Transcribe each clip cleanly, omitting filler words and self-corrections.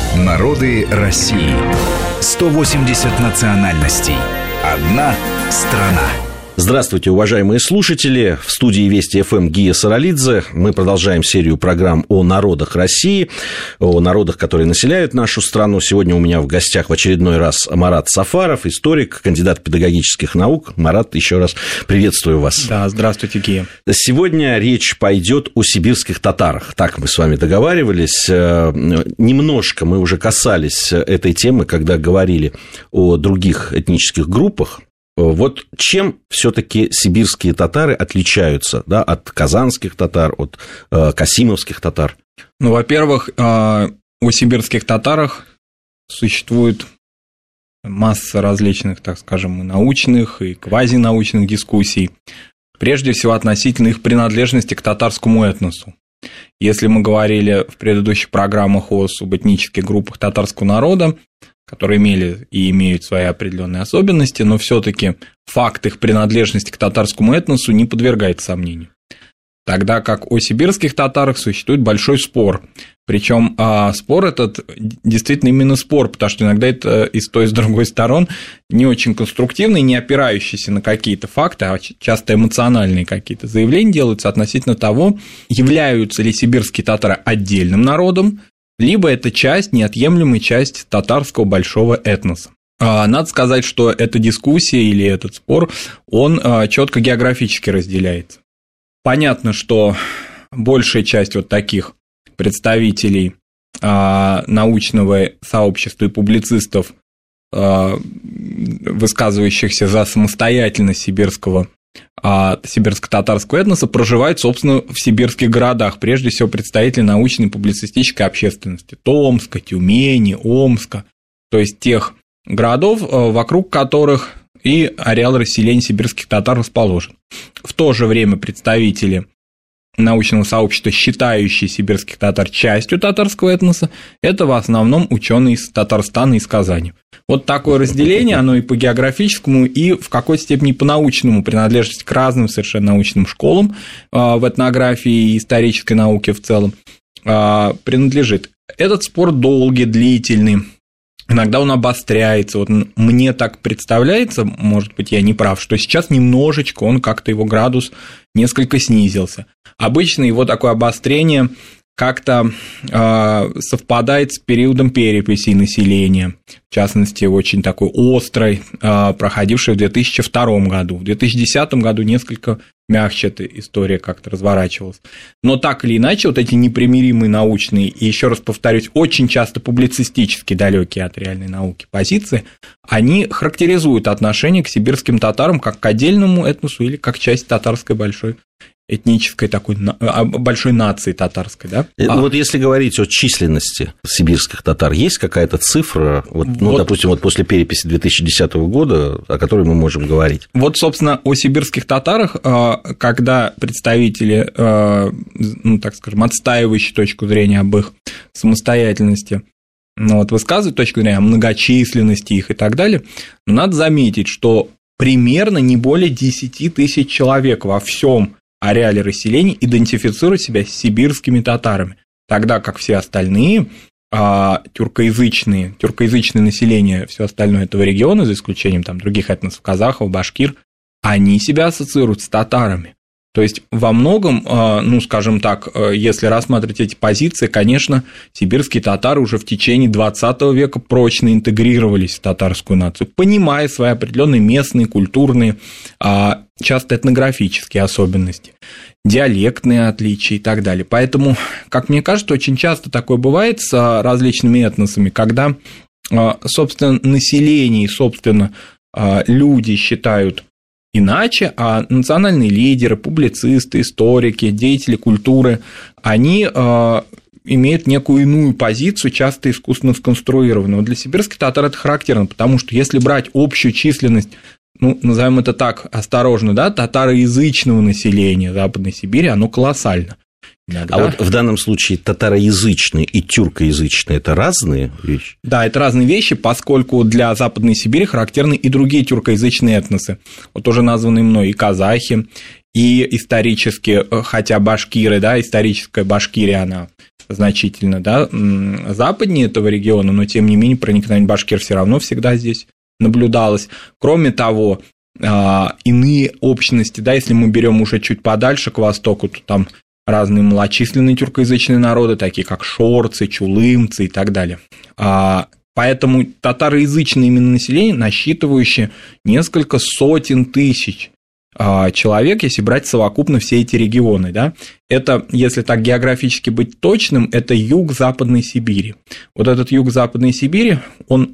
Народы России. 180 национальностей. Одна страна. Здравствуйте, уважаемые слушатели. В студии Вести ФМ Гия Саралидзе. Мы продолжаем серию программ о народах России, о народах, которые населяют нашу страну. Сегодня у меня в гостях в очередной раз Марат Сафаров, историк, кандидат педагогических наук. Марат, еще раз приветствую вас. Да, здравствуйте, Гия. Сегодня речь пойдет о сибирских татарах. Так мы с вами договаривались. Немножко мы уже касались этой темы, когда говорили о других этнических группах. Вот чем все-таки сибирские татары отличаются, да, от казанских татар, от касимовских татар? Ну, во-первых, о сибирских татарах существует масса различных, так скажем, и научных, и квазинаучных дискуссий, прежде всего относительно их принадлежности к татарскому этносу. Если мы говорили в предыдущих программах о субэтнических группах татарского народа, которые имели и имеют свои определенные особенности, но все-таки факт их принадлежности к татарскому этносу не подвергается сомнению. Тогда как о сибирских татарах существует большой спор. Причем спор этот действительно именно спор, потому что иногда это и с той, и с другой сторон не очень конструктивный, не опирающийся на какие-то факты, а часто эмоциональные какие-то заявления делаются относительно того, являются ли сибирские татары отдельным народом, либо это часть, неотъемлемая часть татарского большого этноса. Надо сказать, что эта дискуссия или этот спор, он четко географически разделяется. Понятно, что большая часть вот таких представителей научного сообщества и публицистов, высказывающихся за самостоятельность сибирско-татарского этноса, проживают, собственно, в сибирских городах, прежде всего представители научной и публицистической общественности Томска, Тюмени, Омска, то есть тех городов, вокруг которых и ареал расселения сибирских татар расположен. В то же время представители научного сообщества, считающие сибирских татар частью татарского этноса, это в основном ученые из Татарстана и из Казани. Вот такое разделение, оно и по географическому, и в какой-то степени по научному, принадлежность к разным совершенно научным школам в этнографии и исторической науке в целом принадлежит. Этот спор долгий, длительный. Иногда он обостряется. Вот мне так представляется, может быть, я не прав, что сейчас немножечко он как-то его градус несколько снизился. Обычно его такое обострение как-то совпадает с периодом переписи населения, в частности, очень такой острой, проходившей в 2002 году. В 2010 году несколько мягче эта история как-то разворачивалась. Но так или иначе, вот эти непримиримые научные, и еще раз повторюсь, очень часто публицистически далекие от реальной науки позиции, они характеризуют отношение к сибирским татарам как к отдельному этносу или как часть татарской большой этнической такой большой нации татарской, да? Вот если говорить о численности сибирских татар, есть какая-то цифра, допустим, вот после переписи 2010 года, о которой мы можем говорить? Вот, собственно, о сибирских татарах, когда представители, так скажем, отстаивающие точку зрения об их самостоятельности, высказывают точку зрения о многочисленности их и так далее, но надо заметить, что примерно не более 10 тысяч человек во всем ареале расселения идентифицируют себя с сибирскими татарами, тогда как все остальные тюркоязычное население, все остальное этого региона, за исключением там других этносов, казахов, башкир, они себя ассоциируют с татарами. То есть во многом, скажем так, если рассматривать эти позиции, конечно, сибирские татары уже в течение 20 века прочно интегрировались в татарскую нацию, понимая свои определенные местные, культурные, часто этнографические особенности, диалектные отличия и так далее. Поэтому, как мне кажется, очень часто такое бывает с различными этносами, когда, собственно, население и, собственно, люди считают иначе, а национальные лидеры, публицисты, историки, деятели культуры, они имеют некую иную позицию, часто искусственно сконструированную. Для сибирских татар это характерно, потому что если брать общую численность, назовем это так осторожно, да, татароязычного населения Западной Сибири, оно колоссально. Иногда. А вот в данном случае татароязычные и тюркоязычные – это разные вещи? Да, это разные вещи, поскольку для Западной Сибири характерны и другие тюркоязычные этносы. Вот уже названные мной и казахи, и исторически, хотя башкиры, да, историческая Башкирия, она значительно, да, западнее этого региона, но тем не менее проникновение башкир все равно всегда здесь наблюдалось. Кроме того, иные общности, да, если мы берем уже чуть подальше к востоку, то там разные малочисленные тюркоязычные народы, такие как шорцы, чулымцы и так далее. Поэтому татароязычное именно население, насчитывающее несколько сотен тысяч человек, если брать совокупно все эти регионы, да, это, если так географически быть точным, это юг Западной Сибири. Вот этот юг Западной Сибири, он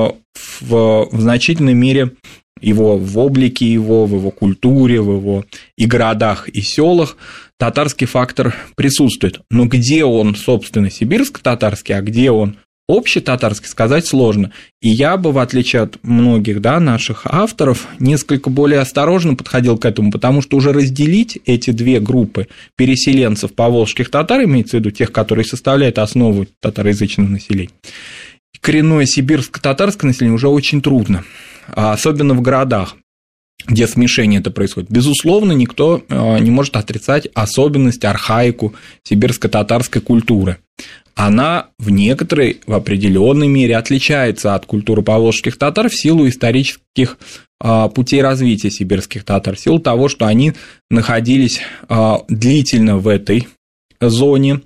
в значительной мере его в облике его, в его культуре, в его и городах, и селах татарский фактор присутствует. Но где он, собственно, сибирско-татарский, а где он общетатарский, сказать сложно. И я бы, в отличие от многих, да, наших авторов, несколько более осторожно подходил к этому, потому что уже разделить эти две группы переселенцев поволжских татар, имеется в виду тех, которые составляют основу татароязычного населения, коренное сибирско-татарское население уже очень трудно, особенно в городах, где смешение это происходит. Безусловно, никто не может отрицать особенность, архаику сибирско-татарской культуры. Она в некоторой, в определенной мере отличается от культуры поволжских татар в силу исторических путей развития сибирских татар, в силу того, что они находились длительно в этой зоне,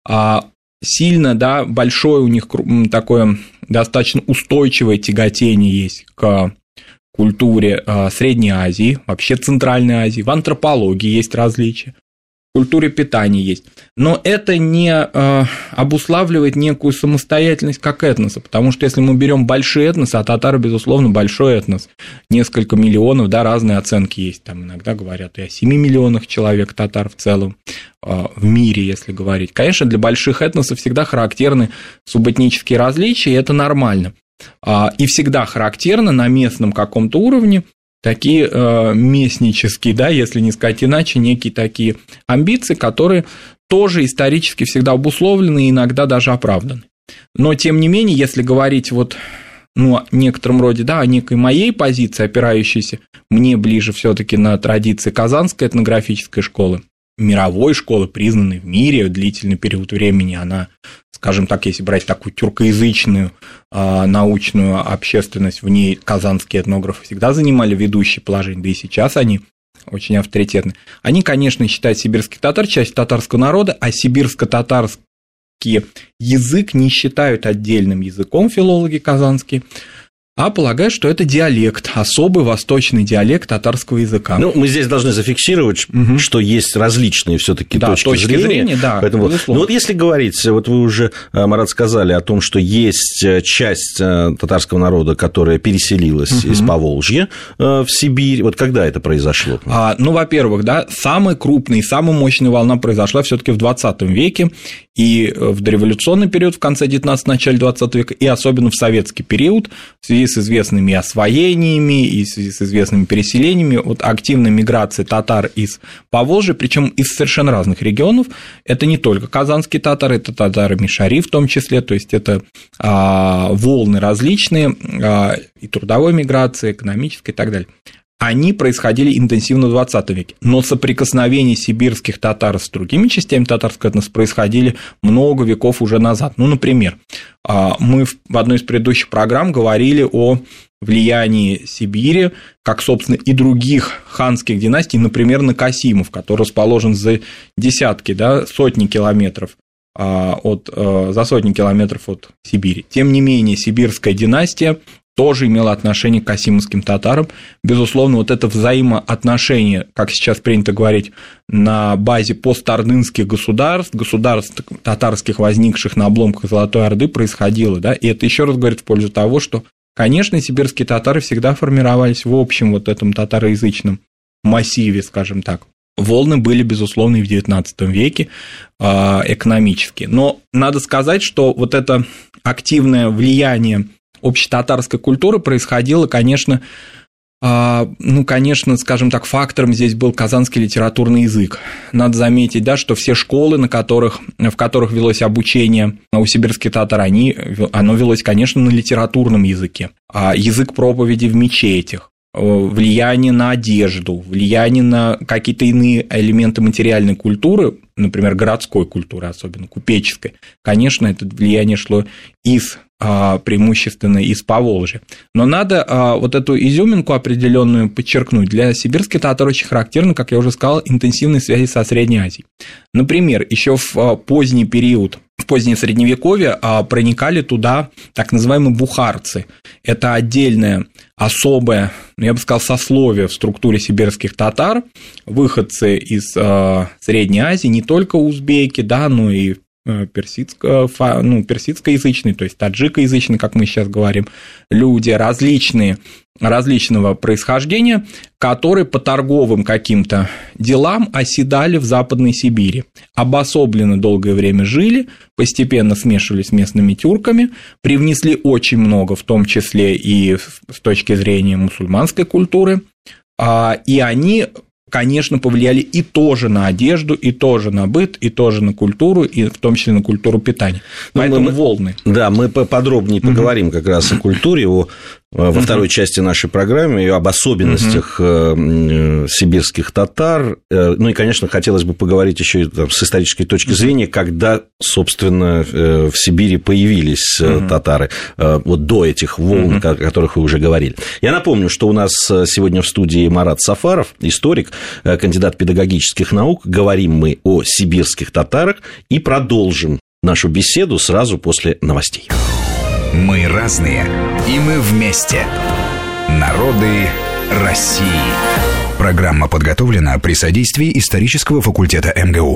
сильно, да, большое у них такое достаточно устойчивое тяготение есть к культуре Средней Азии, вообще Центральной Азии, в антропологии есть различия, в культуре питания есть. Но это не обуславливает некую самостоятельность как этноса, потому что если мы берем большие этносы, а татары, безусловно, большой этнос, несколько миллионов, да, разные оценки есть, там иногда говорят и о 7 миллионах человек татар в целом в мире, если говорить. Конечно, для больших этносов всегда характерны субэтнические различия, и это нормально. И всегда характерно на местном каком-то уровне такие местнические, да, если не сказать иначе, некие такие амбиции, которые тоже исторически всегда обусловлены и иногда даже оправданы. Но, тем не менее, если говорить вот, ну, о некотором роде, да, о некой моей позиции, опирающейся мне ближе все-таки на традиции Казанской этнографической школы, мировой школы, признанной в мире длительный период времени, она, скажем так, если брать такую тюркоязычную научную общественность, в ней казанские этнографы всегда занимали ведущее положение, да и сейчас они очень авторитетны. Они, конечно, считают сибирских татар частью татарского народа, а сибирско-татарский язык не считают отдельным языком филологи казанские, а полагают, что это диалект, особый восточный диалект татарского языка. Ну, мы здесь должны зафиксировать, что есть различные все-таки точки зрения. Да, поэтому, ну, вот если говорить, вот вы уже, Марат, сказали о том, что есть часть татарского народа, которая переселилась из Поволжья в Сибирь. Вот когда это произошло? Ну, во-первых, да, самая крупная и самая мощная волна произошла все-таки в 20 веке, и в дореволюционный период в конце 19-го, начале 20 века, и особенно в советский период, в связи с известными освоениями и в связи с известными переселениями, вот активная миграция татар из Поволжья, причем из совершенно разных регионов. Это не только казанские татары, это татары Мишари в том числе, то есть это волны различные, и трудовой миграции, экономической и так далее. Они происходили интенсивно в 20 веке, но соприкосновения сибирских татар с другими частями татарского этноса происходили много веков уже назад. Ну, например, мы в одной из предыдущих программ говорили о влиянии Сибири, как, собственно, и других ханских династий, например, на Касимов, который расположен за десятки, да, сотни километров за сотни километров от Сибири. Тем не менее, сибирская династия тоже имела отношение к касимовским татарам. Безусловно, вот это взаимоотношение, как сейчас принято говорить, на базе постордынских государств татарских, возникших на обломках Золотой Орды, происходило, да, и это еще раз говорит в пользу того, что, конечно, сибирские татары всегда формировались в общем вот этом татароязычном массиве, скажем так. Волны были, безусловно, и в XIX веке экономические. Но надо сказать, что вот это активное влияние общетатарской культуры происходило, конечно, скажем так, фактором здесь был казанский литературный язык. Надо заметить, да, что все школы, в которых велось обучение у сибирских татар, оно велось, конечно, на литературном языке. Язык проповеди в мечетях, влияние на одежду, влияние на какие-то иные элементы материальной культуры, например, городской культуры, особенно купеческой, конечно, это влияние шло преимущественно из Поволжья. Но надо вот эту изюминку определенную подчеркнуть. Для сибирских татар очень характерно, как я уже сказал, интенсивные связи со Средней Азией. Например, еще в поздний период, в позднее Средневековье проникали туда так называемые бухарцы. Это отдельное, особое, я бы сказал, сословие в структуре сибирских татар, выходцы из Средней Азии, не только узбеки, да, но и персидскоязычные, то есть таджикоязычные, как мы сейчас говорим, люди различного происхождения, которые по торговым каким-то делам оседали в Западной Сибири, обособленно долгое время жили, постепенно смешивались с местными тюрками, привнесли очень много, в том числе и с точки зрения мусульманской культуры, и они, конечно, повлияли и тоже на одежду, и тоже на быт, и тоже на культуру, и в том числе на культуру питания. Поэтому волны. Да, мы поподробнее поговорим как раз о культуре, во второй части нашей программы, и об особенностях сибирских татар. Ну и, конечно, хотелось бы поговорить еще и с исторической точки зрения, когда, собственно, в Сибири появились татары, вот до этих волн, о которых вы уже говорили. Я напомню, что у нас сегодня в студии Марат Сафаров, историк, кандидат педагогических наук. Говорим мы о сибирских татарах и продолжим нашу беседу сразу после новостей. Мы разные, и мы вместе. Народы России. Программа подготовлена при содействии исторического факультета МГУ.